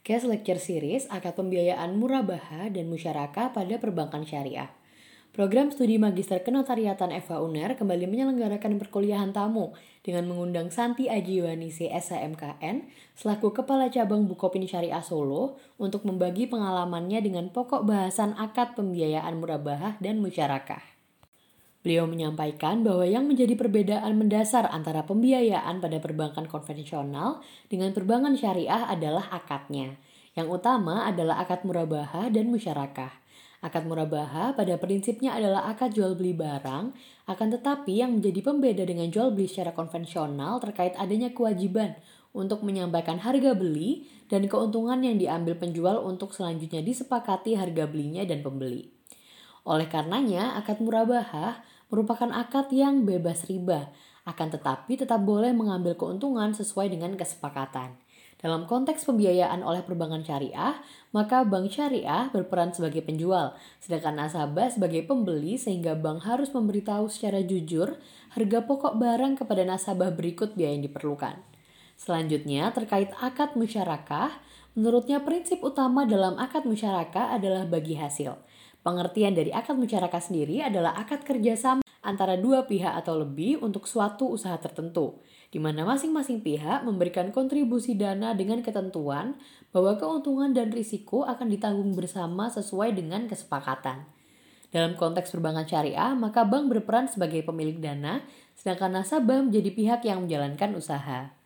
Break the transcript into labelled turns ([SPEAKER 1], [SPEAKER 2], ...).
[SPEAKER 1] Podcast Lecture Series Akad Pembiayaan Murabahah dan Musyarakah pada Perbankan Syariah. Program Studi Magister Kenotariatan FH UNER kembali menyelenggarakan perkuliahan tamu dengan mengundang Santi Ajiwanisi SHMKN selaku Kepala Cabang Bukopin Syariah Solo untuk membagi pengalamannya dengan pokok bahasan akad pembiayaan murabahah dan musyarakah. Beliau menyampaikan bahwa yang menjadi perbedaan mendasar antara pembiayaan pada perbankan konvensional dengan perbankan syariah adalah akadnya. Yang utama adalah akad murabahah dan musyarakah. Akad murabahah pada prinsipnya adalah akad jual beli barang, akan tetapi yang menjadi pembeda dengan jual beli secara konvensional terkait adanya kewajiban untuk menyampaikan harga beli dan keuntungan yang diambil penjual untuk selanjutnya disepakati harga belinya dan pembeli. Oleh karenanya, akad murabahah merupakan akad yang bebas riba, akan tetapi tetap boleh mengambil keuntungan sesuai dengan kesepakatan. Dalam konteks pembiayaan oleh perbankan syariah, maka bank syariah berperan sebagai penjual, sedangkan nasabah sebagai pembeli sehingga bank harus memberitahu secara jujur harga pokok barang kepada nasabah berikut biaya yang diperlukan. Selanjutnya, terkait akad musyarakah, menurutnya prinsip utama dalam akad musyarakah adalah bagi hasil. Pengertian dari akad musyarakah sendiri adalah akad kerjasama antara dua pihak atau lebih untuk suatu usaha tertentu, di mana masing-masing pihak memberikan kontribusi dana dengan ketentuan bahwa keuntungan dan risiko akan ditanggung bersama sesuai dengan kesepakatan. Dalam konteks perbankan syariah, maka bank berperan sebagai pemilik dana, sedangkan nasabah menjadi pihak yang menjalankan usaha.